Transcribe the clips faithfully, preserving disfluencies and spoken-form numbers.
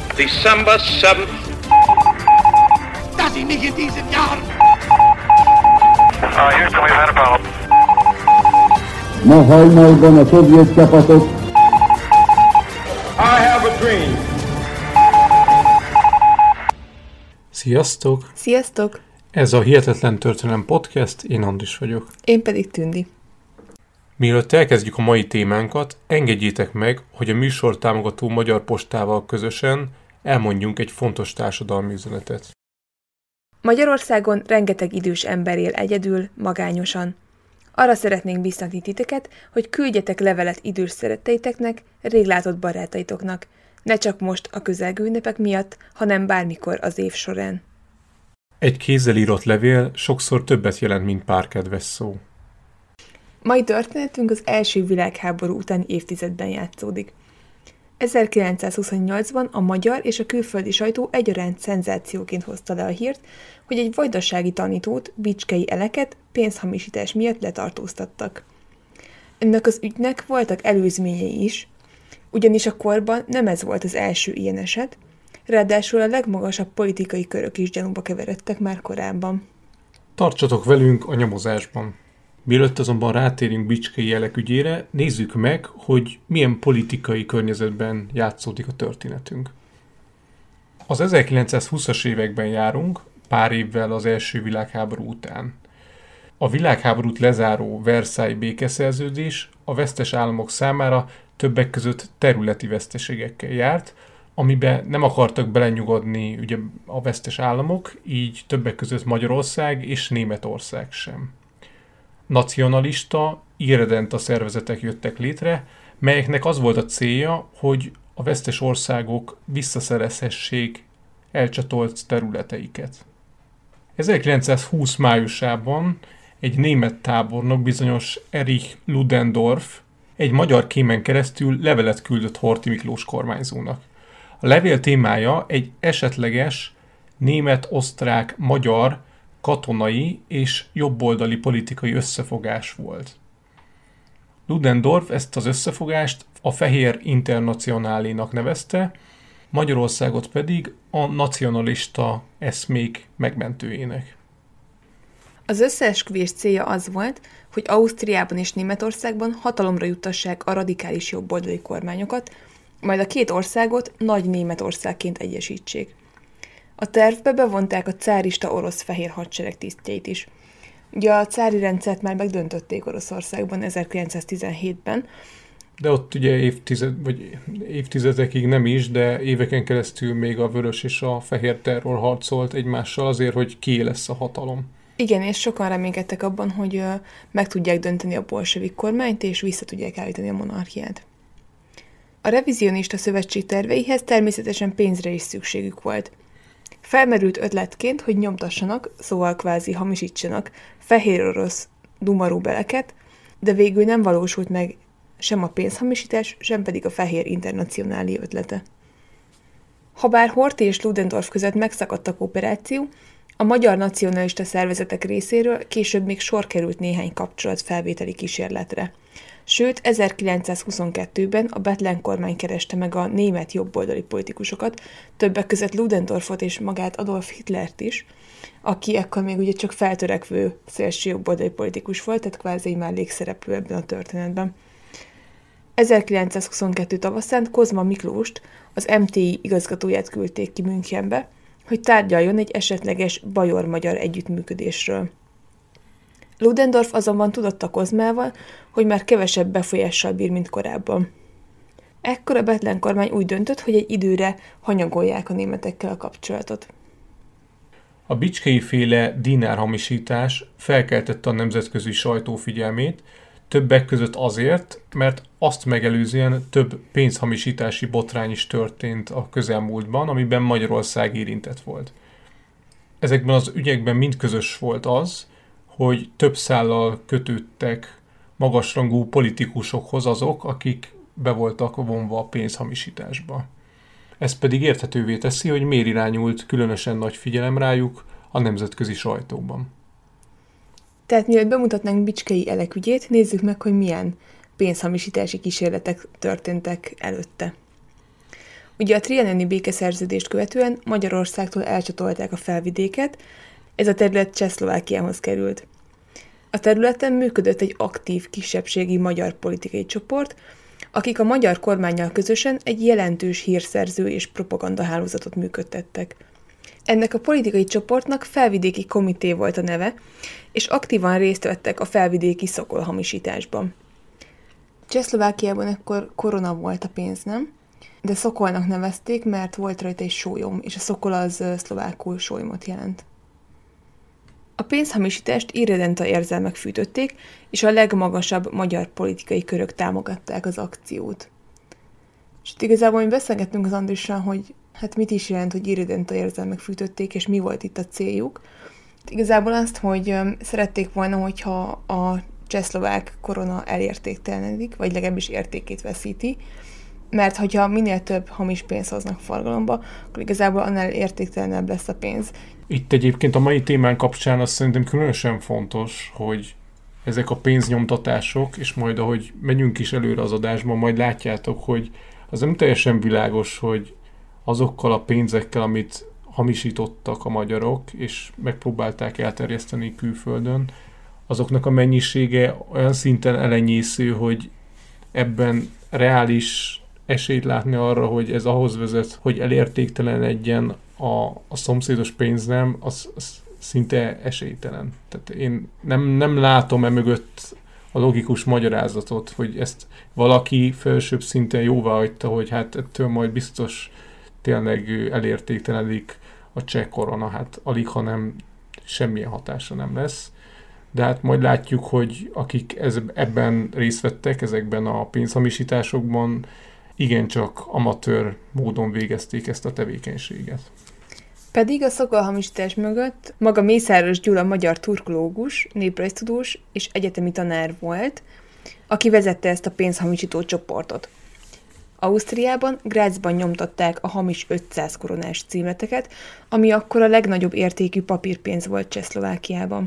December seventh. Dass ich mich in diesem Jahr... Uh, Houston, we've had a problem. Ma hajnalban a szovjet csapatok. I have a dream. Sziasztok! Sziasztok! Ez a Hihetetlen Történelem Podcast, én Andris vagyok. Én pedig Tündi. Mielőtt elkezdjük a mai témánkat, engedjétek meg, hogy a műsor támogató Magyar Postával közösen elmondjunk egy fontos társadalmi üzenetet. Magyarországon rengeteg idős ember él egyedül, magányosan. Arra szeretnénk biztatni titeket, hogy küldjetek levelet idős szeretteiteknek, réglátott barátaitoknak, ne csak most a közelgő ünnepek miatt, hanem bármikor az év során. Egy kézzel írott levél sokszor többet jelent, mint pár kedves szó. Mai történetünk az első világháború utáni évtizedben játszódik. ezerkilencszázhuszonnyolcban a magyar és a külföldi sajtó egyaránt szenzációként hozta le a hírt, hogy egy vajdasági tanítót, Bicskei Eleket pénzhamisítás miatt letartóztattak. Ennek az ügynek voltak előzményei is, ugyanis a korban nem ez volt az első ilyen eset, ráadásul a legmagasabb politikai körök is gyanúba keveredtek már korábban. Tartsatok velünk a nyomozásban! Mielőtt azonban rátérünk Bicskei Elek ügyére, nézzük meg, hogy milyen politikai környezetben játszódik a történetünk. Az ezerkilencszázhúszas években járunk, pár évvel az első világháború után. A világháborút lezáró Versailles békeszerződés a vesztes államok számára többek között területi veszteségekkel járt, amiben nem akartak belenyugodni ugye, a vesztes államok, így többek között Magyarország és Németország sem. Nacionalista, irredenta szervezetek jöttek létre, melyeknek az volt a célja, hogy a vesztes országok visszaszerezhessék elcsatolt területeiket. ezerkilencszázhúsz májusában egy német tábornok, bizonyos Erich Ludendorff egy magyar kémen keresztül levelet küldött Horthy Miklós kormányzónak. A levél témája egy esetleges német-osztrák-magyar katonai és jobboldali politikai összefogás volt. Ludendorff ezt az összefogást a Fehér Internacionálénak nevezte, Magyarországot pedig a nacionalista eszmék megmentőjének. Az összeesküvés célja az volt, hogy Ausztriában és Németországban hatalomra juttassák a radikális jobboldali kormányokat, majd a két országot nagy Németországként egyesítsék. A tervbe bevonták a cárista orosz fehér hadsereg tisztjeit is. Ugye a cári rendszert már megdöntötték Oroszországban ezerkilencszáztizenhétben. De ott ugye évtized, vagy évtizedekig nem is, de éveken keresztül még a vörös és a fehér terror harcolt egymással azért, hogy kié lesz a hatalom. Igen, és sokan reménykedtek abban, hogy ö, meg tudják dönteni a bolsevik kormányt, és vissza tudják állítani a monarchiát. A revizionista szövetség terveihez természetesen pénzre is szükségük volt. Felmerült ötletként, hogy nyomtassanak, szóval kvázi hamisítsanak fehér orosz dumarúbeleket, de végül nem valósult meg sem a pénzhamisítás, sem pedig a Fehér Internacionálé ötlete. Habár Horthy és Ludendorff között megszakadt a kooperáció, a magyar nacionalista szervezetek részéről később még sor került néhány kapcsolatfelvételi kísérletre. Sőt, ezerkilencszázhuszonkettőben a Bethlen kormány kereste meg a német jobboldali politikusokat, többek között Ludendorffot és magát Adolf Hitlert is, aki ekkor még ugye csak feltörekvő szélső jobboldali politikus volt, tehát kvázi mellékszereplő ebben a történetben. ezerkilencszázhuszonkettő tavaszán Kozma Miklóst, az em té i igazgatóját küldték ki Münchenbe, hogy tárgyaljon egy esetleges bajor-magyar együttműködésről. Ludendorff azonban tudott a Kozmával, hogy már kevesebb befolyással bír, mint korábban. Ekkor a Bethlen kormány úgy döntött, hogy egy időre hanyagolják a németekkel a kapcsolatot. A Bicskei-féle dinárhamisítás felkeltette a nemzetközi sajtó figyelmét, többek között azért, mert azt megelőzően több pénzhamisítási botrány is történt a közelmúltban, amiben Magyarország érintett volt. Ezekben az ügyekben mind közös volt az, hogy több szállal kötődtek magasrangú politikusokhoz azok, akik be voltak vonva a pénzhamisításba. Ez pedig érthetővé teszi, hogy miért irányult különösen nagy figyelem rájuk a nemzetközi sajtóban. Tehát mielőtt bemutatnánk Bicskei Elek ügyét, nézzük meg, hogy milyen pénzhamisítási kísérletek történtek előtte. Ugye a trianoni békeszerződést követően Magyarországtól elcsatolták a Felvidéket, ez a terület Csehszlovákiához került. A területen működött egy aktív kisebbségi magyar politikai csoport, akik a magyar kormánnyal közösen egy jelentős hírszerző és propagandahálózatot működtettek. Ennek a politikai csoportnak Felvidéki Komité volt a neve, és aktívan részt vettek a felvidéki szokolhamisításban. Csehszlovákiában ekkor korona volt a pénz, nem? De szokolnak nevezték, mert volt rajta egy sólyom, és a szokol az szlovákul sólymot jelent. A pénzhamisítást irredenta érzelmek fűtötték, és a legmagasabb magyar politikai körök támogatták az akciót. És itt igazából mi beszélgettünk az Andrissal, hogy hát mit is jelent, hogy irredenta érzelmek fűtötték, és mi volt itt a céljuk. Itt igazából azt, hogy szerették volna, hogyha a csehszlovák korona elértéktelenedik, vagy legalábbis értékét veszíti, mert hogyha minél több hamis pénzt hoznak forgalomba, akkor igazából annál értéktelenebb lesz a pénz. Itt egyébként a mai témán kapcsán azt szerintem különösen fontos, hogy ezek a pénznyomtatások, és majd ahogy megyünk is előre az adásban, majd látjátok, hogy az nem teljesen világos, hogy azokkal a pénzekkel, amit hamisítottak a magyarok, és megpróbálták elterjeszteni külföldön, azoknak a mennyisége olyan szinten elenyésző, hogy ebben reális esélyt látni arra, hogy ez ahhoz vezet, hogy elértéktelenedjen a, a szomszédos pénznem, az, az szinte esélytelen. Tehát én nem, nem látom e mögött a logikus magyarázatot, hogy ezt valaki felsőbb szinten jóvá hagyta, hogy hát ettől majd biztos tényleg elértéktelenik a cseh korona, hát alig, hanem semmilyen hatása nem lesz. De hát majd látjuk, hogy akik ez, ebben részt vettek, ezekben a pénzhamisításokban, igencsak amatőr módon végezték ezt a tevékenységet. Pedig a szokolhamisítás mögött maga Mészáros Gyula magyar turkológus, néprajztudós és egyetemi tanár volt, aki vezette ezt a pénzhamisító csoportot. Ausztriában, Grazban nyomtatták a hamis ötszáz koronás címleteket, ami akkor a legnagyobb értékű papírpénz volt Csehszlovákiában.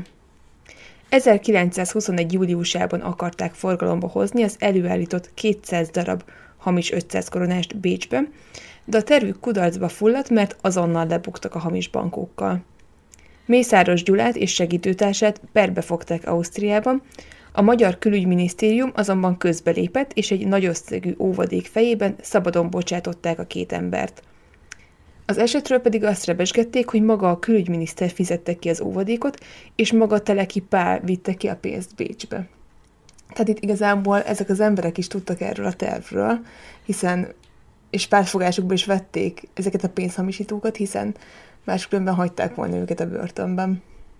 ezerkilencszázhuszonegy. júliusában akarták forgalomba hozni az előállított kétszáz darab hamis ötszáz koronást Bécsben, de a tervük kudarcba fulladt, mert azonnal lebuktak a hamis bankókkal. Mészáros Gyulát és segítőtársát perbe fogták Ausztriában, a magyar külügyminisztérium azonban közbelépett, és egy nagy összegű óvadék fejében szabadon bocsátották a két embert. Az esetről pedig azt rebesgették, hogy maga a külügyminiszter fizette ki az óvadékot, és maga Teleki Pál vitte ki a pénzt Bécsbe. Tehát itt igazából ezek az emberek is tudtak erről a tervről, hiszen, és pártfogásukba is vették ezeket a pénzhamisítókat, hiszen máskülönben hagyták volna őket a börtönben.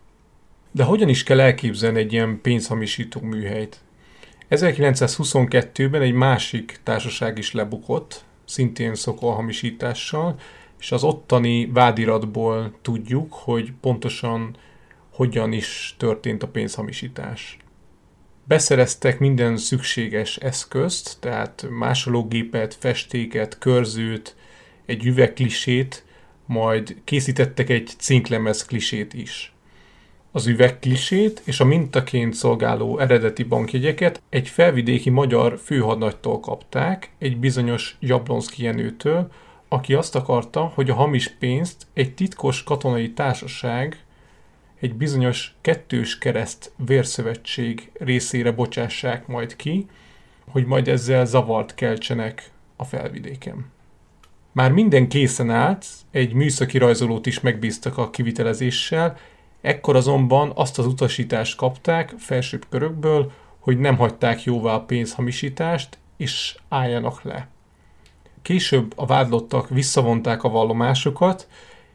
De hogyan is kell elképzelni egy ilyen pénzhamisító műhelyt? ezerkilencszázhuszonkettőben egy másik társaság is lebukott, szintén szokolhamisítással, és az ottani vádiratból tudjuk, hogy pontosan hogyan is történt a pénzhamisítás. Beszereztek minden szükséges eszközt, tehát másológépet, festéket, körzőt, egy üvegklisét, majd készítettek egy cinklemez klisét is. Az üvegklisét és a mintaként szolgáló eredeti bankjegyeket egy felvidéki magyar főhadnagytól kapták, egy bizonyos Jablonszky Jenőtől, aki azt akarta, hogy a hamis pénzt egy titkos katonai társaság egy bizonyos kettős kereszt vérszövetség részére bocsássák majd ki, hogy majd ezzel zavart keltsenek a felvidéken. Már minden készen állt, egy műszaki rajzolót is megbíztak a kivitelezéssel, ekkor azonban azt az utasítást kapták felsőbb körökből, hogy nem hagyták jóvá a pénzhamisítást, és álljanak le. Később a vádlottak visszavonták a vallomásokat,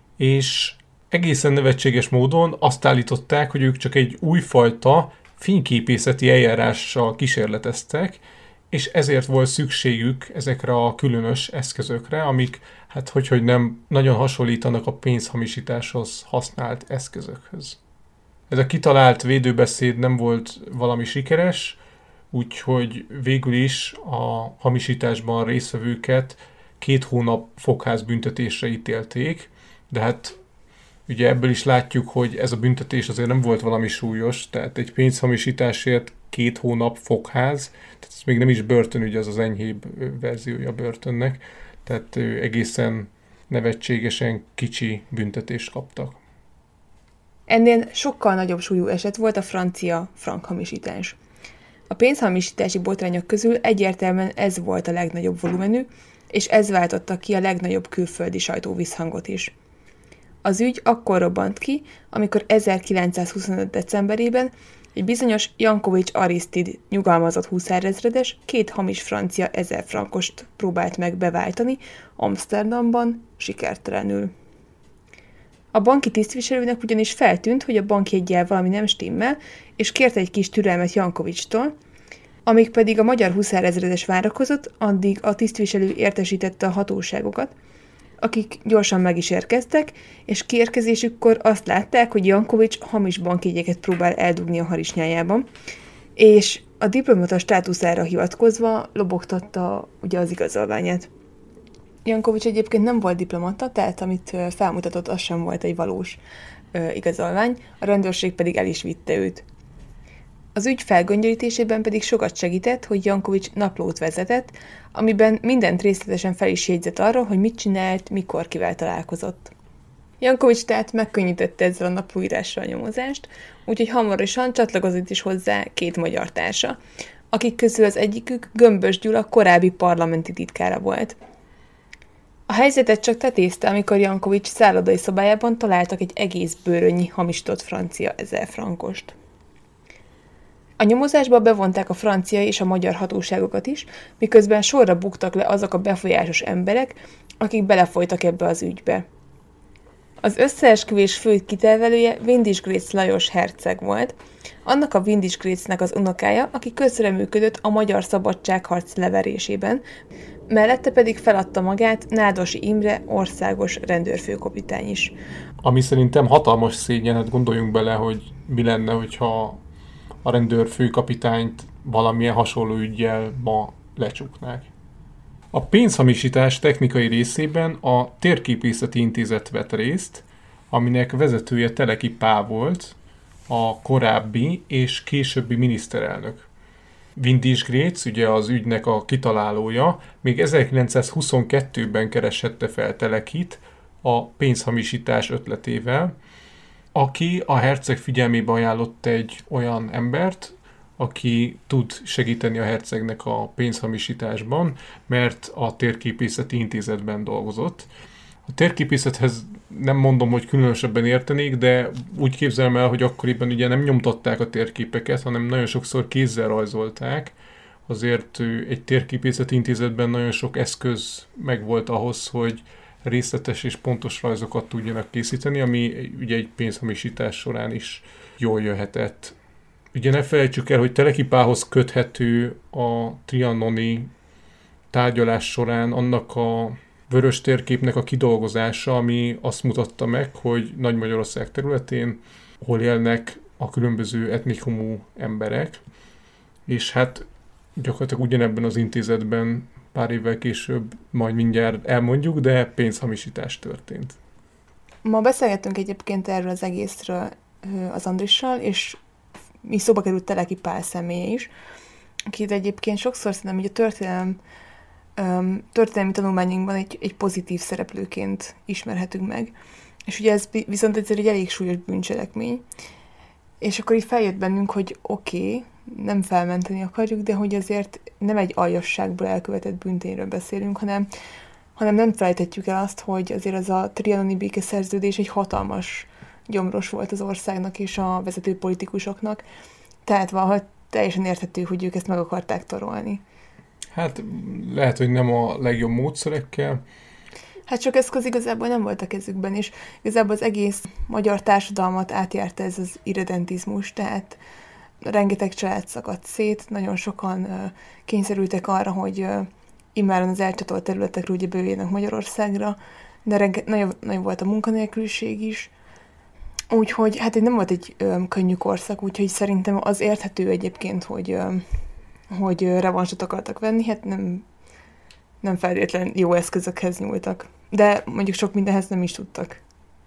és egészen nevetséges módon azt állították, hogy ők csak egy újfajta fényképészeti eljárással kísérleteztek, és ezért volt szükségük ezekre a különös eszközökre, amik, hát hogyhogy nem, nagyon hasonlítanak a pénzhamisításhoz használt eszközökhöz. Ez a kitalált védőbeszéd nem volt valami sikeres, úgyhogy végül is a hamisításban résztvevőket két hónap fogházbüntetésre ítélték, de hát ugye ebből is látjuk, hogy ez a büntetés azért nem volt valami súlyos, tehát egy pénzhamisításért két hónap fogház, tehát ez még nem is börtön, ugye az az enyhébb verziója a börtönnek, tehát egészen nevetségesen kicsi büntetést kaptak. Ennél sokkal nagyobb súlyú eset volt a francia frankhamisítás. A pénzhamisítási botrányok közül egyértelműen ez volt a legnagyobb volumenű, és ez váltotta ki a legnagyobb külföldi sajtóvisszhangot is. Az ügy akkor robbant ki, amikor ezerkilencszázhuszonöt. decemberében egy bizonyos Jankovics Aristid nyugalmazott huszárezredes két hamis francia ezer frankost próbált meg beváltani Amsterdamban sikertelenül. A banki tisztviselőnek ugyanis feltűnt, hogy a bankjeggyel valami nem stimmel, és kérte egy kis türelmet Jankovicstól, amíg pedig a magyar huszárezredes várakozott, addig a tisztviselő értesítette a hatóságokat, akik gyorsan meg is érkeztek, és kiérkezésükkor azt látták, hogy Jankovics hamis bankjegyeket próbál eldugni a harisnyájában, és a diplomata státuszára hivatkozva lobogtatta ugye az igazolványát. Jankovics egyébként nem volt diplomata, tehát amit felmutatott, az sem volt egy valós ö, igazolvány, a rendőrség pedig el is vitte őt. Az ügy felgöngyölítésében pedig sokat segített, hogy Jankovics naplót vezetett, amiben mindent részletesen fel is jegyzett arról, hogy mit csinált, mikor kivel találkozott. Jankovics tehát megkönnyítette ezzel a naplóírással a nyomozást, úgyhogy hamarosan csatlakozott is hozzá két magyar társa, akik közül az egyikük Gömbös Gyula korábbi parlamenti titkára volt. A helyzetet csak tetézte, amikor Jankovics szállodai szobájában találtak egy egész bőrönnyi hamisított francia ezer frankost. A nyomozásba bevonták a francia és a magyar hatóságokat is, miközben sorra buktak le azok a befolyásos emberek, akik belefolytak ebbe az ügybe. Az összeesküvés fő kitervelője Windisch-Graetz Lajos herceg volt, annak a Windisch-Graetznek az unokája, aki közreműködött a magyar szabadságharc leverésében, mellette pedig feladta magát Nádosi Imre országos rendőrfőkapitány is. Ami szerintem hatalmas szégyen, hát gondoljunk bele, hogy mi lenne, hogyha a rendőrfőkapitányt valamilyen hasonló üggyel ma lecsuknák. A pénzhamisítás technikai részében a Térképészeti Intézet vett részt, aminek vezetője Teleki Pál volt, a korábbi és későbbi miniszterelnök. Windisch-Graetz, ugye az ügynek a kitalálója, még ezerkilencszázhuszonkettőben kereshette fel Telekit a pénzhamisítás ötletével, aki a herceg figyelmébe ajánlott egy olyan embert, aki tud segíteni a hercegnek a pénzhamisításban, mert a Térképészeti Intézetben dolgozott. A térképészethez nem mondom, hogy különösebben értenék, de úgy képzelem el, hogy akkoriban ugye nem nyomtatták a térképeket, hanem nagyon sokszor kézzel rajzolták. Azért egy Térképészeti Intézetben nagyon sok eszköz megvolt ahhoz, hogy részletes és pontos rajzokat tudjanak készíteni, ami ugye egy pénzhamisítás során is jól jöhetett. Ugye ne felejtsük el, hogy Teleki Pálhoz köthető a trianoni tárgyalás során annak a vörös térképnek a kidolgozása, ami azt mutatta meg, hogy Nagy-Magyarország területén hol élnek a különböző etnikumú emberek, és hát gyakorlatilag ugyanebben az intézetben pár évvel később, majd mindjárt elmondjuk, de pénzhamisítás történt. Ma beszélgettünk egyébként erről az egészről az Andrissal, és mi szóba került Teleki Pál személye is, akit egyébként sokszor szerintem így a történelem, történelmi tanulmányunkban egy, egy pozitív szereplőként ismerhetünk meg. És ugye ez viszont egyszer egy elég súlyos bűncselekmény. És akkor így feljött bennünk, hogy oké, okay, nem felmenteni akarjuk, de hogy azért nem egy aljasságból elkövetett bűntényről beszélünk, hanem, hanem nem felejthetjük el azt, hogy azért az a trianoni békeszerződés egy hatalmas gyomros volt az országnak és a vezető politikusoknak. Tehát valahogy teljesen érthető, hogy ők ezt meg akarták torolni. Hát lehet, hogy nem a legjobb módszerekkel. Hát sok eszköz igazából nem volt a kezükben, és igazából az egész magyar társadalmat átjárta ez az irredentizmus, tehát rengeteg család szakadt szét, nagyon sokan uh, kényszerültek arra, hogy uh, immáron az elcsatolt területekről ugye bővüljenek Magyarországra, de renge- nagyon, nagyon volt a munkanélküliség is, úgyhogy hát nem volt egy um, könnyű korszak, úgyhogy szerintem az érthető egyébként, hogy, um, hogy uh, revansot akartak venni, hát nem, nem feltétlenül jó eszközökhez nyúltak, de mondjuk sok mindenhez nem is tudtak.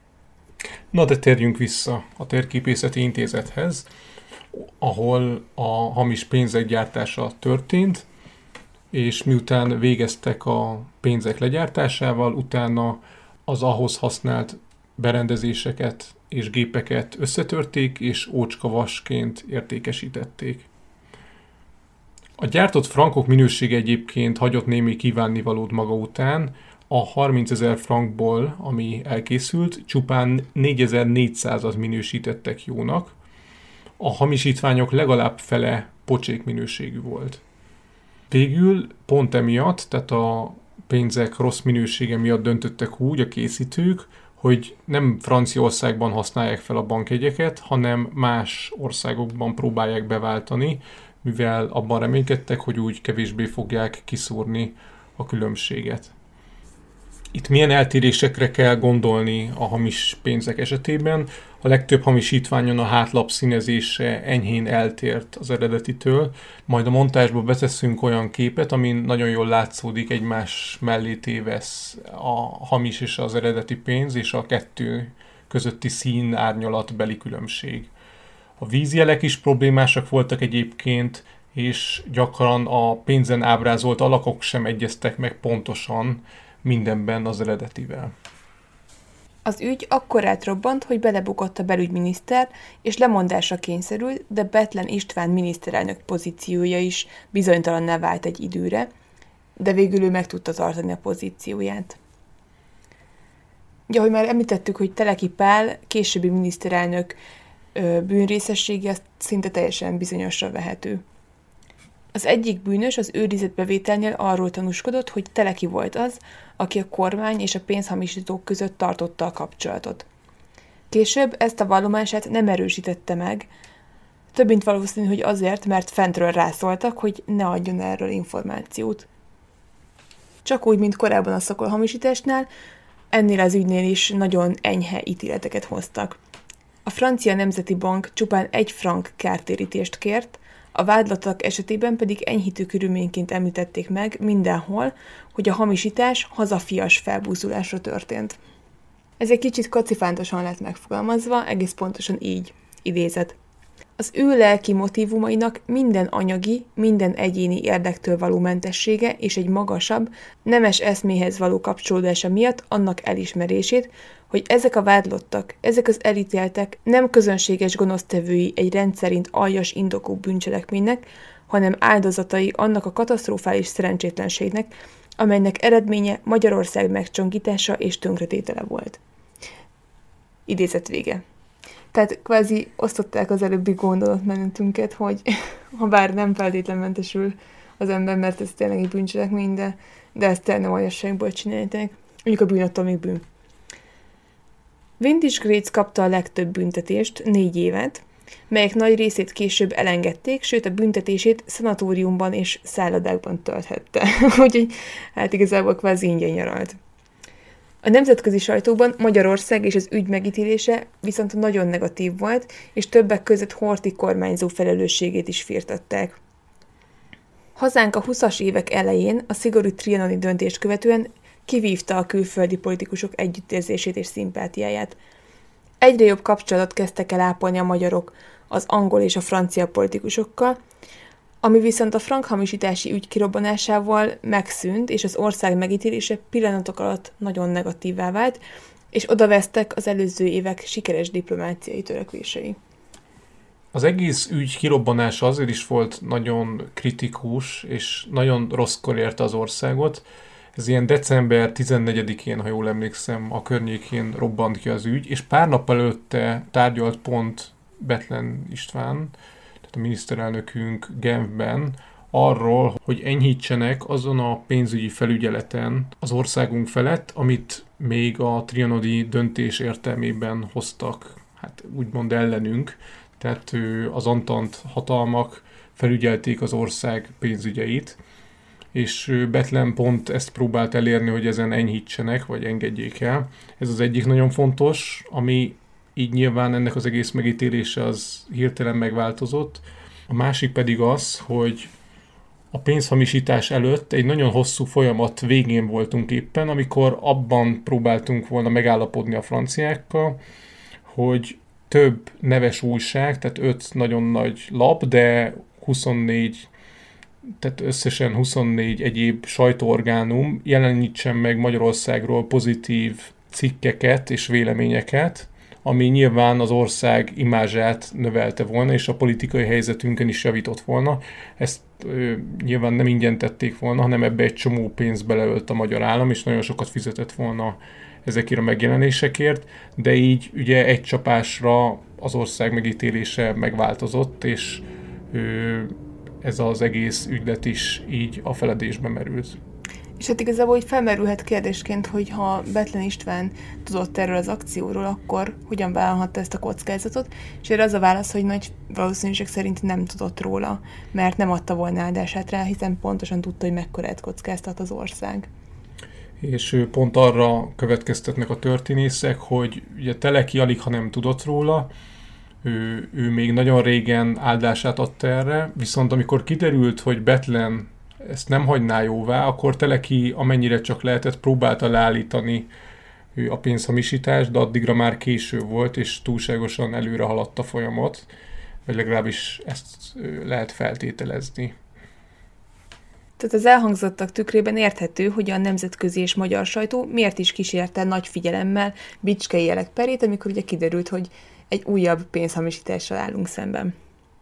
Na de térjünk vissza a Térképészeti Intézethez, ahol a hamis pénzek gyártása történt. és miután végeztek a pénzek legyártásával, utána az ahhoz használt berendezéseket és gépeket összetörték, és ócskavasként értékesítették. A gyártott frankok minősége egyébként hagyott némi kívánnivalót maga után. A harmincezer frankból, ami elkészült, csupán négyezer-négyszázat minősítettek jónak. A hamisítványok legalább fele pocsék minőségű volt. Végül pont emiatt, tehát a pénzek rossz minősége miatt döntöttek úgy a készítők, hogy nem Franciaországban használják fel a bankjegyeket, hanem más országokban próbálják beváltani, mivel abban reménykedtek, hogy úgy kevésbé fogják kiszúrni a különbséget. Itt milyen eltérésekre kell gondolni a hamis pénzek esetében? A legtöbb hamisítványon a hátlap színezése enyhén eltért az eredetitől, majd a montázsba beteszünk olyan képet, amin nagyon jól látszódik egymás mellé tévesz a hamis és az eredeti pénz, és a kettő közötti szín árnyalatbeli különbség. A vízjelek is problémásak voltak egyébként, és gyakran a pénzen ábrázolt alakok sem egyeztek meg pontosan mindenben az eredetivel. Az ügy akkor átrobbant, hogy belebukott a belügyminiszter, és lemondásra kényszerült, de Bethlen István miniszterelnök pozíciója is bizonytalanná vált egy időre, de végül ő meg tudta tartani a pozícióját. Ugye, ahogy már említettük, hogy Teleki Pál későbbi miniszterelnök bűnrészessége szinte teljesen bizonyosra vehető. Az egyik bűnös az őrizetbevételnél arról tanúskodott, hogy Teleki volt az, aki a kormány és a pénzhamisítók között tartotta a kapcsolatot. Később ezt a vallomását nem erősítette meg, több mint valószínű, hogy azért, mert fentről rászóltak, hogy ne adjon erről információt. Csak úgy, mint korábban a szokolhamisításnál, ennél az ügynél is nagyon enyhe ítéleteket hoztak. A Francia Nemzeti Bank csupán egy frank kártérítést kért, a vádlottak esetében pedig enyhítő körülményként említették meg mindenhol, hogy a hamisítás hazafias felbúzulásra történt. Ez egy kicsit kacifántosan lett megfogalmazva, egész pontosan így, idézet. Az ő lelki motívumainak minden anyagi, minden egyéni érdektől való mentessége és egy magasabb, nemes eszméhez való kapcsolódása miatt annak elismerését, hogy ezek a vádlottak, ezek az elítéltek nem közönséges gonosztevői egy rendszerint aljas indokú bűncselekménynek, hanem áldozatai annak a katasztrofális szerencsétlenségnek, amelynek eredménye Magyarország megcsonkítása és tönkretétele volt. Idézet vége. Tehát kvázi osztották az előbbi gondolatmenetünket, hogy ha bár nem feltétlenül mentesül az ember, mert ez tényleg egy bűncselekmény, de, de ezt tényleg nem aljasságból csinálták. Mondjuk a bűn attól még bűn. Vintage Grates kapta a legtöbb büntetést, négy évet, melyek nagy részét később elengedték, sőt a büntetését szanatóriumban és szállodákban tölthette. Úgyhogy hát igazából kvázi ingyen nyaralt. A nemzetközi sajtóban Magyarország és az ügy megítélése viszont nagyon negatív volt, és többek között Horthy kormányzó felelősségét is firtatták. Hazánk a huszas évek elején a szigorú trianoni döntést követően kivívta a külföldi politikusok együttérzését és szimpátiáját. Egyre jobb kapcsolatot kezdtek el ápolni a magyarok az angol és a francia politikusokkal, ami viszont a frankhamisítási ügy kirobbanásával megszűnt, és az ország megítélése pillanatok alatt nagyon negatívá vált, és odavesztek az előző évek sikeres diplomáciai törekvései. Az egész ügy kirobbanása azért is volt nagyon kritikus, és nagyon rosszkor érte az országot. Ez ilyen december tizennegyedikén, ha jól emlékszem, a környékén robbant ki az ügy, és pár nap előtte tárgyalt pont Bethlen István, tehát a miniszterelnökünk Genfben, arról, hogy enyhítsenek azon a pénzügyi felügyeleten az országunk felett, amit még a trianoni döntés értelmében hoztak, hát úgymond ellenünk, tehát az antant hatalmak felügyelték az ország pénzügyeit, és Bethlen pont ezt próbált elérni, hogy ezen enyhítsenek, vagy engedjék el. Ez az egyik nagyon fontos, ami így nyilván ennek az egész megítélése az hirtelen megváltozott. A másik pedig az, hogy a pénzhamisítás előtt egy nagyon hosszú folyamat végén voltunk éppen, amikor abban próbáltunk volna megállapodni a franciákkal, hogy több neves újság, tehát öt nagyon nagy lap, de huszonnégy tehát összesen huszonnégy egyéb sajtóorgánum jelenítsen meg Magyarországról pozitív cikkeket és véleményeket, ami nyilván az ország imázsát növelte volna, és a politikai helyzetünkön is javított volna. Ezt ö, nyilván nem ingyen tették volna, hanem ebbe egy csomó pénzt beleölt a magyar állam, és nagyon sokat fizetett volna ezekért a megjelenésekért, de így ugye egy csapásra az ország megítélése megváltozott, és ö, ez az egész ügylet is így a feledésbe merült. És hát igazából így felmerülhet kérdésként, hogy ha Bethlen István tudott erről az akcióról, akkor hogyan vállalhatta ezt a kockázatot, és erre az a válasz, hogy nagy valószínűség szerint nem tudott róla, mert nem adta volna áldását rá, hiszen pontosan tudta, hogy mekkorát kockáztat az ország. És pont arra következtetnek a történészek, hogy ugye Teleki alig, ha nem tudott róla, ő, ő még nagyon régen áldását adta erre, viszont amikor kiderült, hogy Bethlen ezt nem hagyná jóvá, akkor Teleki amennyire csak lehetett próbálta leállítani a pénzhamisítást, de addigra már késő volt, és túlságosan előre haladt a folyamat, vagy legalábbis ezt lehet feltételezni. Tehát az elhangzottak tükrében érthető, hogy a nemzetközi és magyar sajtó miért is kísérte nagy figyelemmel Bicskei Elek perét, amikor ugye kiderült, hogy egy újabb pénzhamisítással állunk szemben.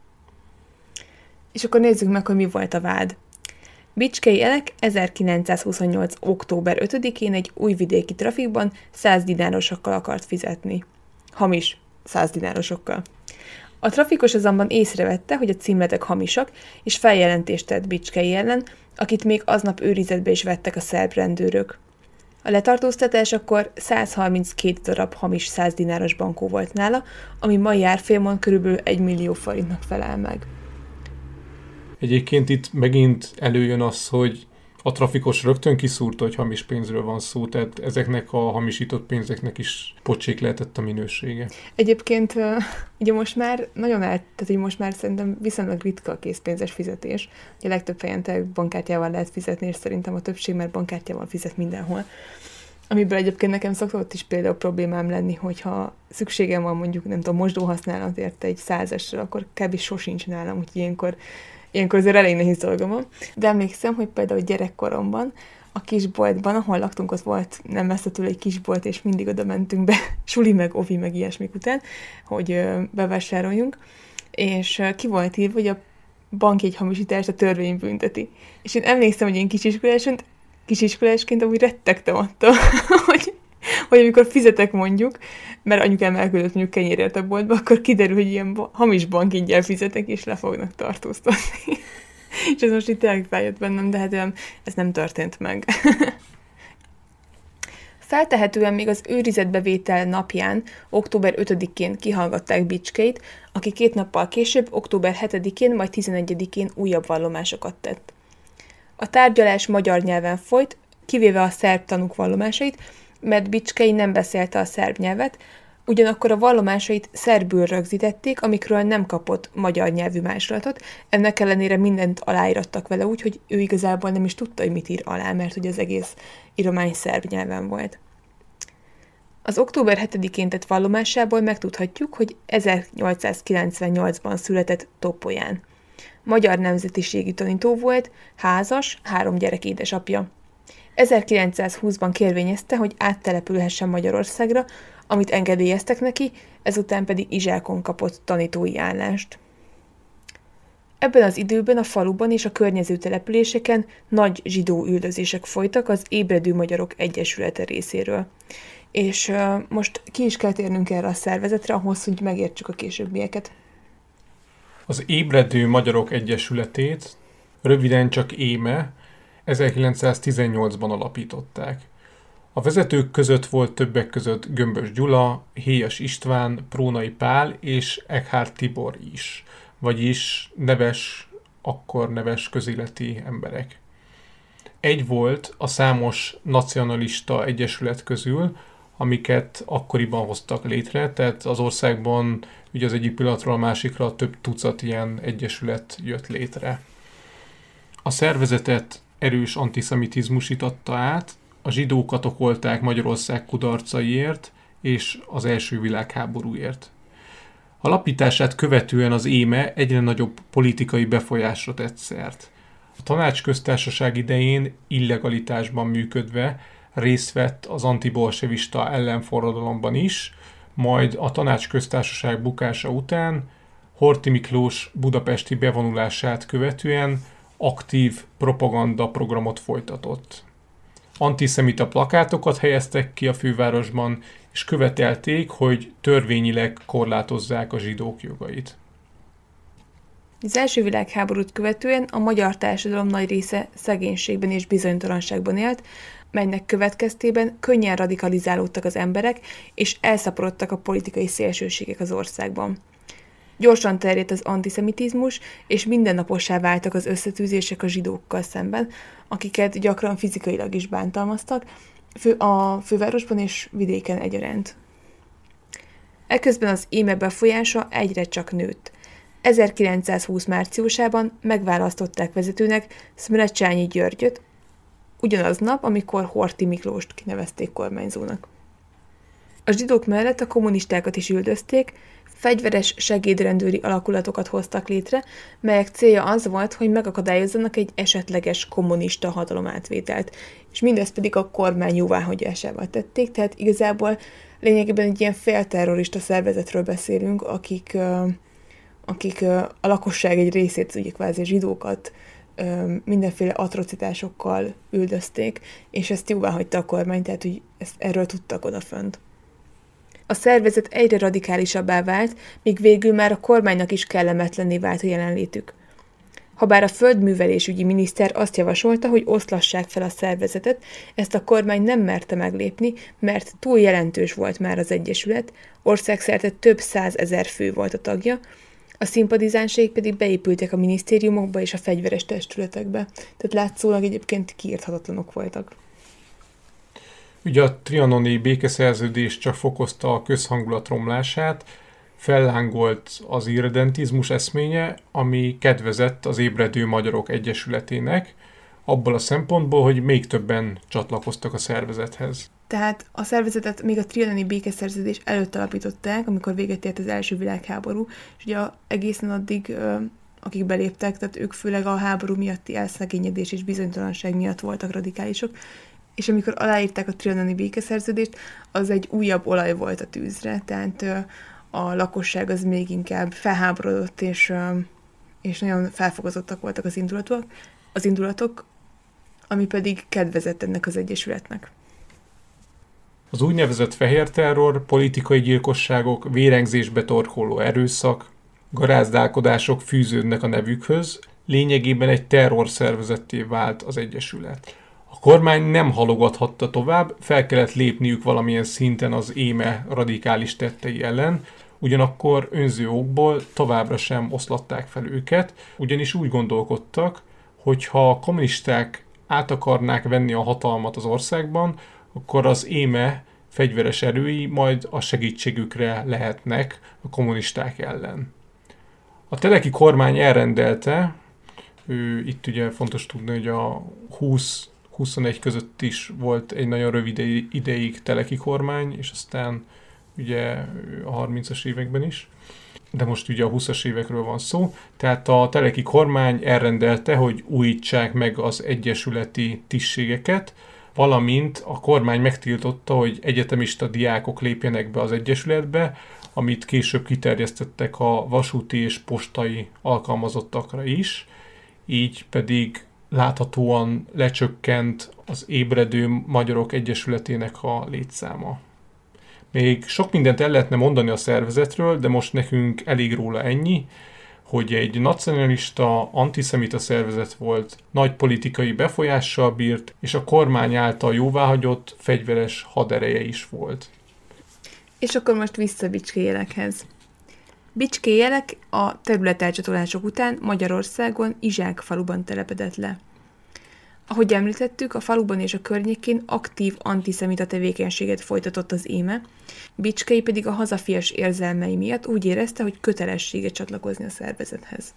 És akkor nézzük meg, hogy mi volt a vád. Bicskei Elek ezerkilencszázhuszonnyolc. október ötödikén egy újvidéki trafikban száz dinárosokkal akart fizetni. Hamis száz dinárosokkal. A trafikos azonban észrevette, hogy a címletek hamisak, és feljelentést tett Bicskei ellen, akit még aznap őrizetbe is vettek a szerb rendőrök. A letartóztatásakor száz harminckét darab hamis száz dináros bankó volt nála, ami mai árfolyamon körülbelül egy millió forintnak felel meg. Egyébként itt megint előjön az, hogy a trafikos rögtön kiszúrta, hogy hamis pénzről van szó, tehát ezeknek a hamisított pénzeknek is pocsék lehetett a minősége. Egyébként ugye most már nagyon el, tehát hogy most már szerintem viszonylag ritka a készpénzes fizetés. Ugye a legtöbb helyen tényleg bankkártyával lehet fizetni, és szerintem a többség már bankkártyával fizet mindenhol. Amiből egyébként nekem szokott is például problémám lenni, hogyha szükségem van mondjuk, nem tudom, mosdóhasználatért egy százasra, akkor kb. Sosincs nálam, úgyhogy ilyenkor Ilyenkor azért elég nehéz dolgom van. De emlékszem, hogy például gyerekkoromban a kisboltban, ahol laktunk, ott volt nem messze tőle egy kisbolt, és mindig oda mentünk be, suli meg, ovi meg ilyesmik után, hogy ö, bevásároljunk, és ö, ki volt írva, hogy a bankjegyhamisítást a törvény bünteti. És én emlékszem, hogy én kisiskolásként, kisiskolásként amúgy rettegtem attól, hogy hogy amikor fizetek mondjuk, mert anyukám elküldött mondjuk kenyérért a boltba, akkor kiderül, hogy ilyen hamis bankjeggyel fizetek, és le fognak tartóztatni. És ez most itt tényleg feljött bennem, de hát ez nem történt meg. Feltehetően még az őrizetbevétel napján, október ötödikén kihallgatták Bicskeit, aki két nappal később, október hetedikén, majd tizenegyedikén újabb vallomásokat tett. A tárgyalás magyar nyelven folyt, kivéve a szerb tanúk vallomásait, mert Bicskei nem beszélte a szerb nyelvet, ugyanakkor a vallomásait szerbül rögzítették, amikről nem kapott magyar nyelvű másolatot, ennek ellenére mindent aláírattak vele úgy, hogy ő igazából nem is tudta, hogy mit ír alá, mert ugye az egész íromány szerb nyelven volt. Az október hetedikén tett vallomásából megtudhatjuk, hogy ezernyolcszázkilencvennyolcban született Topolyán. Magyar nemzetiségű tanító volt, házas, három gyerek édesapja. ezerkilencszázhúszban kérvényezte, hogy áttelepülhessen Magyarországra, amit engedélyeztek neki, ezután pedig Izsákon kapott tanítói állást. Ebben az időben a faluban és a környező településeken nagy zsidó üldözések folytak az Ébredő Magyarok Egyesülete részéről. És uh, most ki is kell térnünk erre a szervezetre, ahhoz, hogy megértsük a későbbieket. Az Ébredő Magyarok Egyesületét, röviden csak ÉME, ezerkilencszáztizennyolcban alapították. A vezetők között volt többek között Gömbös Gyula, Héjas István, Prónai Pál és Eckhard Tibor is, vagyis neves, akkor neves közéleti emberek. Egy volt a számos nacionalista egyesület közül, amiket akkoriban hoztak létre, tehát az országban ugye az egyik pillanatról a másikra több tucat ilyen egyesület jött létre. A szervezetet erős antiszemitizmus itatta át, a zsidókat okolták Magyarország kudarcaiért és az első világháborúért. Alapítását követően az ÉME egyre nagyobb politikai befolyásra tett szert. A Tanácsköztársaság idején illegalitásban működve részt vett az antibolsevista ellenforradalomban is, majd a Tanácsköztársaság bukása után Horthy Miklós budapesti bevonulását követően aktív propaganda programot folytatott. Antiszemita plakátokat helyeztek ki a fővárosban, és követelték, hogy törvényileg korlátozzák a zsidók jogait. Az első világháborút követően a magyar társadalom nagy része szegénységben és bizonytalanságban élt, melynek következtében könnyen radikalizálódtak az emberek, és elszaporodtak a politikai szélsőségek az országban. Gyorsan terjedt az antiszemitizmus, és mindennapossá váltak az összetűzések a zsidókkal szemben, akiket gyakran fizikailag is bántalmaztak, fő, a fővárosban és vidéken egyaránt. Eközben az íme befolyása egyre csak nőtt. ezerkilencszázhúsz márciusában megválasztották vezetőnek Szmelecsányi Györgyöt, ugyanaz nap, amikor Horthy Miklóst kinevezték kormányzónak. A zsidók mellett a kommunistákat is üldözték, fegyveres segédrendőri alakulatokat hoztak létre, melyek célja az volt, hogy megakadályozzanak egy esetleges kommunista hatalomátvételt, és mindezt pedig a kormány jóváhagyásával tették, tehát igazából lényegében egy ilyen félterrorista szervezetről beszélünk, akik, akik a lakosság egy részét, ugye kvázi zsidókat, mindenféle atrocitásokkal üldözték, és ezt jóváhagyta a kormány, tehát hogy ezt, erről tudtak odafönt. A szervezet egyre radikálisabbá vált, míg végül már a kormánynak is kellemetlenné vált a jelenlétük. Habár a földművelésügyi miniszter azt javasolta, hogy oszlassák fel a szervezetet, ezt a kormány nem merte meglépni, mert túl jelentős volt már az egyesület, országszerte több százezer fő volt a tagja, a szimpatizánsaik pedig beépültek a minisztériumokba és a fegyveres testületekbe. Tehát látszólag egyébként kiírthatatlanok voltak. Ugye a trianoni békeszerződés csak fokozta a közhangulat romlását, fellángolt az irredentizmus eszménye, ami kedvezett az Ébredő Magyarok Egyesületének, abból a szempontból, hogy még többen csatlakoztak a szervezethez. Tehát a szervezetet még a trianoni békeszerződés előtt alapították, amikor véget ért az első világháború, és ugye egészen addig, akik beléptek, tehát ők főleg a háború miatti elszegényedés és bizonytalanság miatt voltak radikálisok, és amikor aláírták a trianoni békeszerződést, az egy újabb olaj volt a tűzre, tehát a lakosság az még inkább felháborodott, és, és nagyon felfokozottak voltak az indulatok, az indulatok, ami pedig kedvezett ennek az egyesületnek. Az úgynevezett fehér terror, politikai gyilkosságok, vérengzésbe torkoló erőszak, garázdálkodások fűződnek a nevükhöz, lényegében egy terrorszervezetté vált az egyesület. A kormány nem halogathatta tovább, fel kellett lépniük valamilyen szinten az éme radikális tettei ellen, ugyanakkor önző okból továbbra sem oszlatták fel őket, ugyanis úgy gondolkodtak, hogy ha a kommunisták át akarnák venni a hatalmat az országban, akkor az éme fegyveres erői majd a segítségükre lehetnek a kommunisták ellen. A teleki kormány elrendelte, ő, itt ugye fontos tudni, hogy a húsz-huszonegy között is volt egy nagyon rövid ideig teleki kormány, és aztán ugye a harmincas években is, de most ugye a húszas évekről van szó, tehát a teleki kormány elrendelte, hogy újítsák meg az egyesületi tisztségeket, valamint a kormány megtiltotta, hogy egyetemista diákok lépjenek be az egyesületbe, amit később kiterjesztettek a vasúti és postai alkalmazottakra is, így pedig láthatóan lecsökkent az Ébredő Magyarok Egyesületének a létszáma. Még sok mindent el lehetne mondani a szervezetről, de most nekünk elég róla ennyi, hogy egy nacionalista, antiszemita szervezet volt, nagy politikai befolyással bírt, és a kormány által jóváhagyott fegyveres hadereje is volt. És akkor most vissza Bicskéjelekhez. Bicskéjelek a területelcsatolások után Magyarországon Izsák faluban telepedett le. Ahogy említettük, a faluban és a környékén aktív antiszemita tevékenységet folytatott az éme, Bicskei pedig a hazafias érzelmei miatt úgy érezte, hogy kötelessége csatlakozni a szervezethez.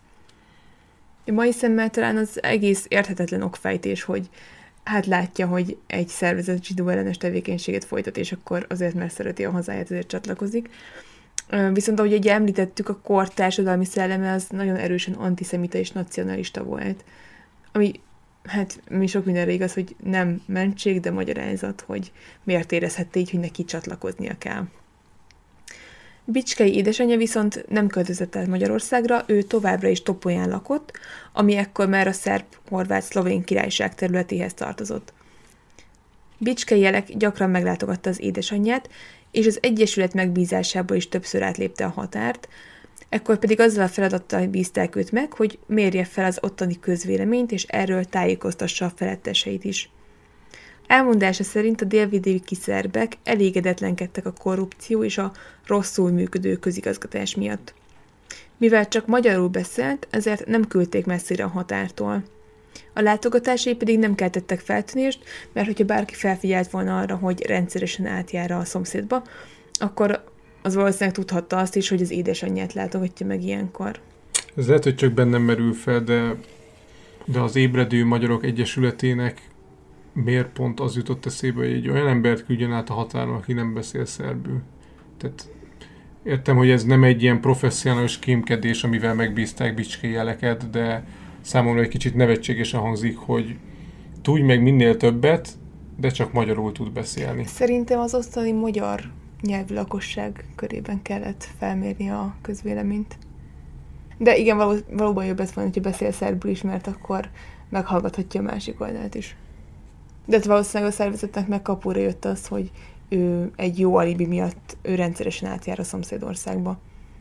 A mai szemmel talán az egész érthetetlen okfejtés, hogy hát látja, hogy egy szervezet zsidó ellenes tevékenységet folytat, és akkor azért, mert szereti a hazáját, azért csatlakozik. Viszont ahogy ugye említettük, a kor társadalmi szelleme az nagyon erősen antiszemita és nacionalista volt. Ami, hát mi sok mindenre igaz, hogy nem mentség, de magyarázat, hogy miért érezhette így, hogy neki csatlakoznia kell. Bicskei édesanyja viszont nem költözött el Magyarországra, ő továbbra is Topolyán lakott, ami ekkor már a szerb-horvát-szlovén királyság területéhez tartozott. Bicskei Jelek gyakran meglátogatta az édesanyját, és az egyesület megbízásából is többször átlépte a határt, ekkor pedig azzal a feladattal bízták őt meg, hogy mérje fel az ottani közvéleményt, és erről tájékoztassa a feletteseit is. Elmondása szerint a délvidéki szerbek elégedetlenkedtek a korrupció és a rosszul működő közigazgatás miatt. Mivel csak magyarul beszélt, ezért nem küldték messzire a határtól. A látogatásai pedig nem keltettek feltűnést, mert hogyha bárki felfigyelt volna arra, hogy rendszeresen átjár a szomszédba, akkor az valószínűleg tudhatta azt is, hogy az édesanyját látogatja meg ilyenkor. Ez lehet, hogy csak bennem merül fel, de, de az Ébredő Magyarok Egyesületének miért pont az jutott eszébe, hogy egy olyan embert küldjön át a határon, aki nem beszél szerbül. Tehát értem, hogy ez nem egy ilyen professzionális kémkedés, amivel megbízták Bicskei Jeleket, de számomra egy kicsit nevetségesen hangzik, hogy tudj meg minél többet, de csak magyarul tud beszélni. Szerintem az ottani magyar nyelvű lakosság körében kellett felmérni a közvéleményt. De igen, való, valóban jobb lesz volna, hogyha beszél szerbül is, mert akkor meghallgathatja a másik oldalt is. De valószínűleg a szervezetnek meg kapóra jött az, hogy ő egy jó alibi miatt ő rendszeresen átjár a szomszédországba.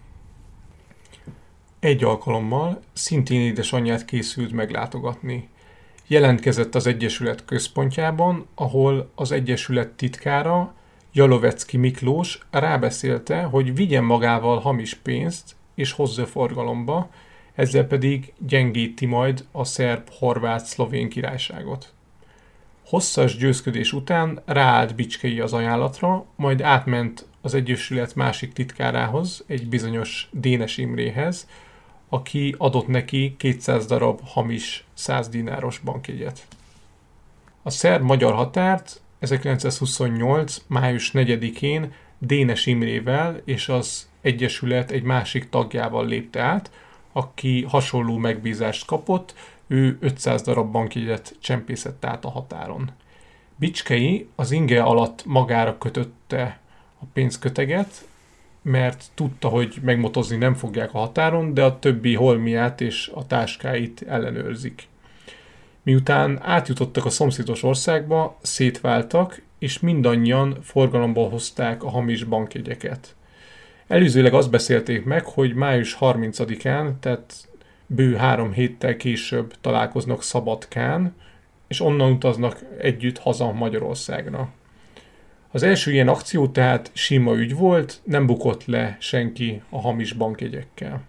Egy alkalommal szintén édesanyját készült meglátogatni. Jelentkezett az Egyesület központjában, ahol az Egyesület titkára, Jalovecki Miklós rábeszélte, hogy vigyen magával hamis pénzt és hozza forgalomba, ezzel pedig gyengíti majd a szerb-horvát-szlovén királyságot. Hosszas győzködés után ráállt Bicskei az ajánlatra, majd átment az Egyesület másik titkárához, egy bizonyos Dénes Imréhez, aki adott neki kétszáz darab hamis száz dináros bankjegyet. A szerb-magyar határt ezerkilencszázhuszonnyolc. május negyedikén Dénes Imrével és az Egyesület egy másik tagjával lépte át, aki hasonló megbízást kapott, ő ötszáz darab bankjegyet csempészett át a határon. Bicskei az inge alatt magára kötötte a pénzköteget, mert tudta, hogy megmotozni nem fogják a határon, de a többi holmiát és a táskáit ellenőrzik. Miután átjutottak a szomszédos országba, szétváltak, és mindannyian forgalomba hozták a hamis bankjegyeket. Előzőleg azt beszélték meg, hogy május harmincadikán, tehát bő három héttel később találkoznak Szabadkán, és onnan utaznak együtt haza Magyarországra. Az első ilyen akció tehát sima ügy volt, nem bukott le senki a hamis bankjegyekkel.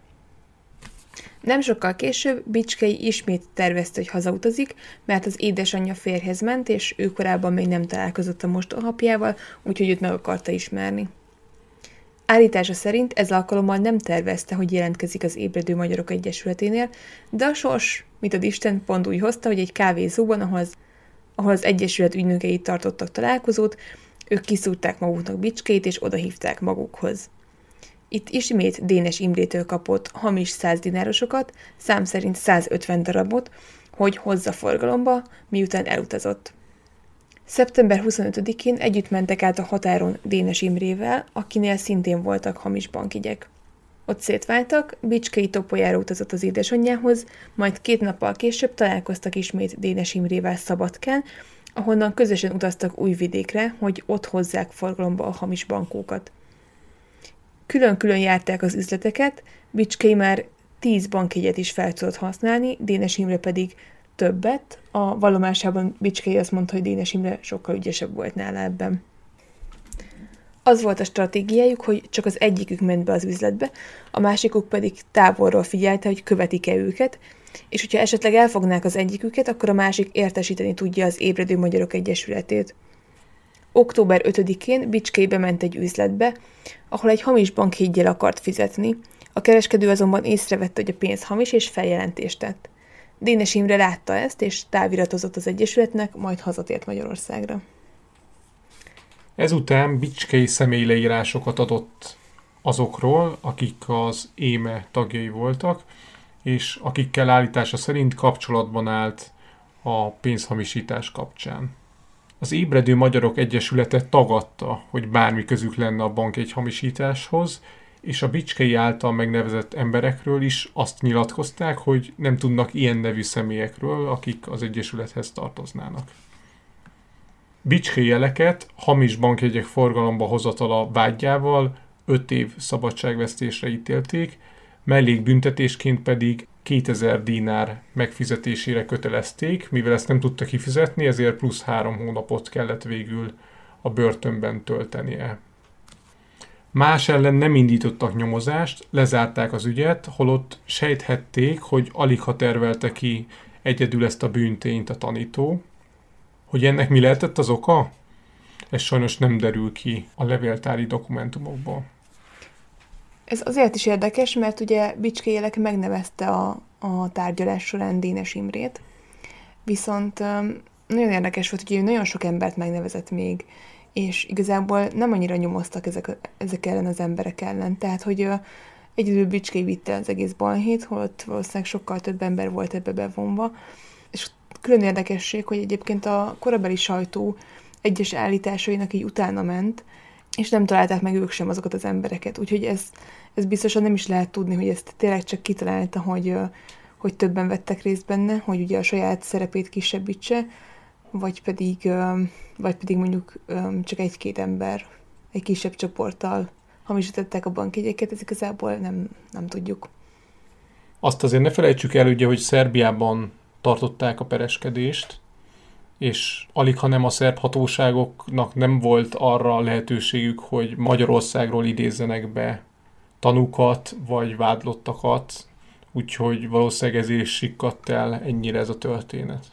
Nem sokkal később Bicskei ismét tervezte, hogy hazautazik, mert az édesanyja férjhez ment, és ő korábban még nem találkozott a mostohaapjával, úgyhogy őt meg akarta ismerni. Állítása szerint ez alkalommal nem tervezte, hogy jelentkezik az Ébredő Magyarok Egyesületénél, de a sors, mit ad Isten, pont úgy hozta, hogy egy kávézóban, ahol az, ahol az Egyesület ügynökei tartottak találkozót, ők kiszúrták maguknak Bicskeit, és odahívták magukhoz. Itt ismét Dénes Imrétől kapott hamis száz dinárosokat, szám szerint százötven darabot, hogy hozza forgalomba, miután elutazott. szeptember huszonötödikén együtt mentek át a határon Dénes Imrével, akinél szintén voltak hamis bankjegyek. Ott szétváltak, Bicskei Topolyára utazott az édesanyjához, majd két nappal később találkoztak ismét Dénes Imrével Szabadkán, ahonnan közösen utaztak Újvidékre, hogy ott hozzák forgalomba a hamis bankókat. Külön-külön járták az üzleteket, Bicskei már tíz bankjegyet is fel tudott használni, Dénes Imre pedig többet. A vallomásában Bicskei azt mondta, hogy Dénes Imre sokkal ügyesebb volt nála ebben. Az volt a stratégiájuk, hogy csak az egyikük ment be az üzletbe, a másikuk pedig távolról figyelte, hogy követik-e őket, és hogyha esetleg elfognák az egyiküket, akkor a másik értesíteni tudja az Ébredő Magyarok Egyesületét. október ötödikén Bicskei bement egy üzletbe, ahol egy hamis bankjeggyel akart fizetni, a kereskedő azonban észrevette, hogy a pénz hamis, és feljelentést tett. Dénes Imre látta ezt, és táviratozott az Egyesületnek, majd hazatért Magyarországra. Ezután Bicskei személyleírásokat adott azokról, akik az éme tagjai voltak, és akikkel állítása szerint kapcsolatban állt a pénzhamisítás kapcsán. Az Ébredő Magyarok Egyesülete tagadta, hogy bármi közük lenne a bankjegyhamisításhoz, és a Bicskei által megnevezett emberekről is azt nyilatkozták, hogy nem tudnak ilyen nevű személyekről, akik az Egyesülethez tartoznának. Bicskei Eleket hamis bankjegyek forgalomba hozatala vádjával öt év szabadságvesztésre ítélték, mellékbüntetésként pedig kétezer dinár megfizetésére kötelezték, mivel ezt nem tudta kifizetni, ezért plusz három hónapot kellett végül a börtönben töltenie. Más ellen nem indítottak nyomozást, lezárták az ügyet, holott sejthették, hogy aligha tervelte ki egyedül ezt a bűntényt a tanító. Hogy ennek mi lehetett az oka? Ez sajnos nem derül ki a levéltári dokumentumokból. Ez azért is érdekes, mert ugye Bicskei Elek megnevezte a, a tárgyalás során Dénes Imrét, viszont um, nagyon érdekes volt, hogy ő nagyon sok embert megnevezett még, és igazából nem annyira nyomoztak ezek, ezek ellen az emberek ellen. Tehát, hogy uh, egyedül Bicskei vitte az egész balhét, holott valószínűleg sokkal több ember volt ebbe bevonva, és külön érdekesség, hogy egyébként a korabeli sajtó egyes állításainak így utána ment, és nem találták meg ők sem azokat az embereket. Úgyhogy ez, ez biztosan nem is lehet tudni, hogy ezt tényleg csak kitalálta, hogy, hogy többen vettek részt benne, hogy ugye a saját szerepét kisebbítse, vagy pedig, vagy pedig mondjuk csak egy-két ember egy kisebb csoporttal hamisították a bankjegyeket, ez igazából nem, nem tudjuk. Azt azért ne felejtsük el, ugye, hogy Szerbiában tartották a pereskedést, és alig, ha nem a szerb hatóságoknak nem volt arra lehetőségük, hogy Magyarországról idézzenek be tanúkat vagy vádlottakat, úgyhogy valószínűleg ezért is sikkadt el ennyire ez a történet.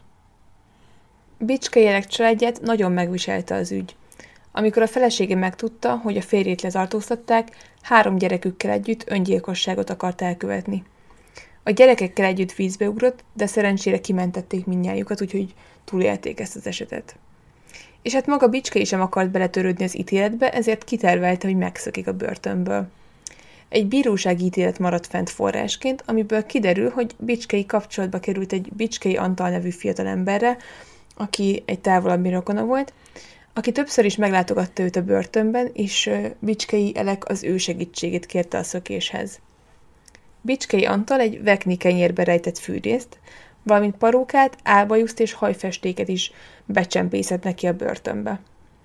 Bicskei Elek családját nagyon megviselte az ügy. Amikor a felesége megtudta, hogy a férjét letartóztatták, három gyerekükkel együtt öngyilkosságot akart elkövetni. A gyerekekkel együtt vízbe ugrott, de szerencsére kimentették mindnyájukat, úgyhogy túlélték ezt az esetet. És hát maga Bicskei sem akart beletörődni az ítéletbe, ezért kitervelte, hogy megszökik a börtönből. Egy bírósági ítélet maradt fent forrásként, amiből kiderül, hogy Bicskei kapcsolatba került egy Bicskei Antal nevű fiatalemberrel, aki egy távolabbi rokona volt, aki többször is meglátogatta őt a börtönben, és Bicskei Elek az ő segítségét kérte a szökéshez. Bicskei Antal egy vekni kenyérbe rejtett fűrészt, valamint parókát, álbajuszt és hajfestéket is becsempészett neki a börtönbe.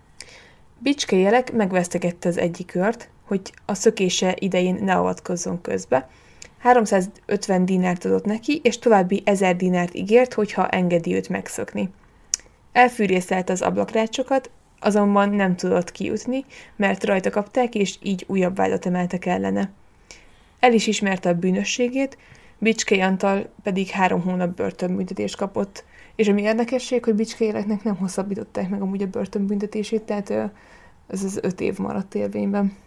Bicskei Elek megvesztegette az egyik őrt, hogy a szökése idején ne avatkozzon közbe. háromszázötven dinárt adott neki, és további ezer dinárt ígért, hogyha engedi őt megszökni. Elfűrészelte az ablakrácsokat, azonban nem tudott kijutni, mert rajta kapták, és így újabb vádat emeltek ellene. El is ismerte a bűnösségét, Bicskei Antal pedig három hónap börtönbüntetést kapott, és ami érdekesség, hogy Bicskei Eleknek nem hosszabbították meg amúgy a börtönbüntetését, tehát ez az öt év maradt érvényben.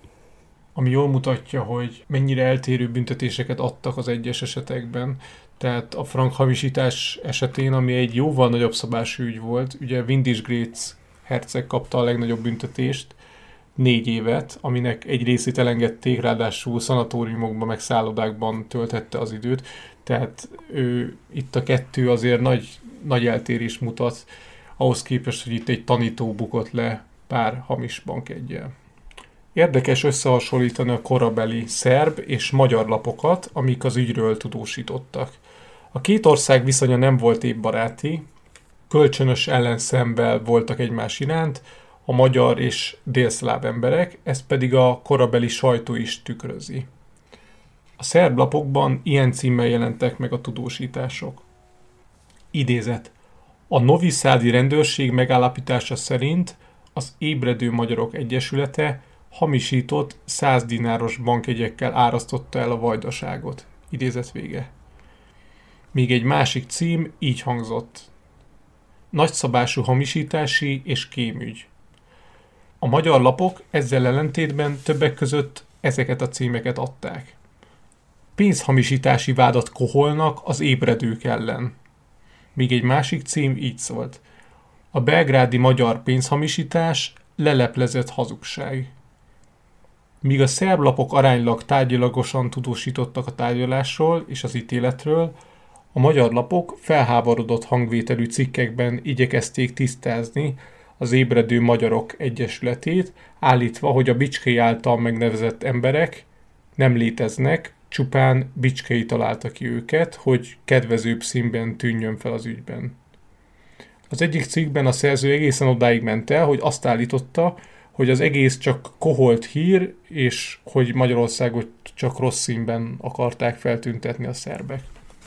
Ami jól mutatja, hogy mennyire eltérő büntetéseket adtak az egyes esetekben. Tehát a frankhamisítás esetén, ami egy jóval nagyobb szabású ügy volt, ugye Windisch-Graetz herceg kapta a legnagyobb büntetést, négy évet, aminek egy részét elengedték, ráadásul szanatóriumokban, meg szállodákban tölthette az időt. Tehát ő, itt a kettő azért nagy, nagy eltérés mutat, ahhoz képest, hogy itt egy tanító bukott le pár hamis bankjeggyel. Érdekes összehasonlítani a korabeli szerb és magyar lapokat, amik az ügyről tudósítottak. A két ország viszonya nem volt épp baráti, kölcsönös ellenszemben voltak egymás iránt, a magyar és délszláv emberek, ezt pedig a korabeli sajtó is tükrözi. A szerb lapokban ilyen címmel jelentek meg a tudósítások. Idézet. A Novi Szádi rendőrség megállapítása szerint az Ébredő Magyarok Egyesülete hamisított száz dináros bankjegyekkel árasztotta el a vajdaságot. Idézet vége. Még egy másik cím így hangzott. Nagyszabású hamisítási és kémügy. A magyar lapok ezzel ellentétben többek között ezeket a címeket adták. Pénzhamisítási vádat koholnak az ébredők ellen. Még egy másik cím így szólt. A belgrádi magyar pénzhamisítás leleplezett hazugság. Míg a szerb lapok aránylag tárgyilagosan tudósítottak a tárgyalásról és az ítéletről, A magyar lapok felháborodott hangvételű cikkekben igyekezték tisztázni az Ébredő Magyarok Egyesületét, állítva, hogy a Bicskei által megnevezett emberek nem léteznek, csupán Bicskei találta ki őket, hogy kedvezőbb színben tűnjön fel az ügyben. Az egyik cikkben a szerző egészen odáig ment el, hogy azt állította, hogy az egész csak koholt hír, és hogy Magyarországot csak rossz színben akarták feltüntetni a szerbek.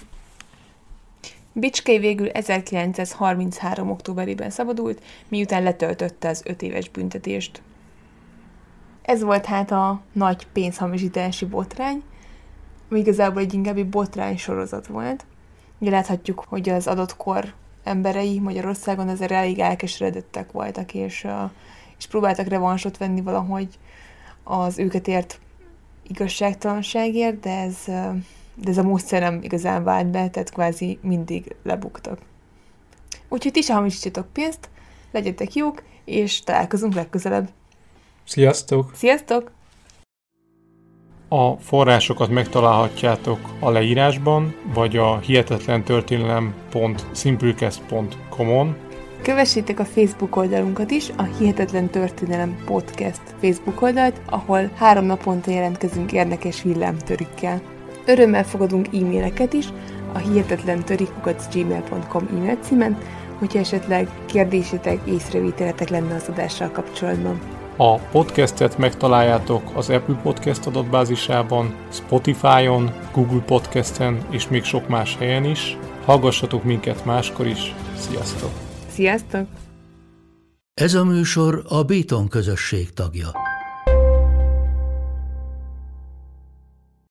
Bicskei végül ezerkilencszázharminchárom. októberében szabadult, miután letöltötte az öt éves büntetést. Ez volt hát a nagy pénzhamisítási botrány, ami igazából egy inkább egy botrány sorozat volt. Ugye láthatjuk, hogy az adott kor emberei Magyarországon ezzel elég elkeseredettek voltak, és, és próbáltak revansot venni valahogy az őket ért igazságtalanságért, de ez, de ez a módszer nem igazán vált be, tehát kvázi mindig lebuktak. Úgyhogy ti se hamisítsatok pénzt, legyetek jók, és találkozunk legközelebb. Sziasztok! Sziasztok! A forrásokat megtalálhatjátok a leírásban, vagy a hihetetlentörténelem pont simplecast pont com-on. Kövessétek a Facebook oldalunkat is, a Hihetetlen Történelem Podcast Facebook oldalt, ahol három naponta jelentkezünk érdekes villámtörükkel. Örömmel fogadunk e-maileket is a hihetetlentörik kukac gmail pont com e-mail címen, hogyha esetleg kérdésetek, észrevételetek lenne az adással kapcsolatban. A podcastet megtaláljátok az Apple Podcast adatbázisában, Spotify-on, Google Podcasten és még sok más helyen is. Hallgassatok minket máskor is. Sziasztok! Sziasztok! Ez a műsor a Béton közösség tagja.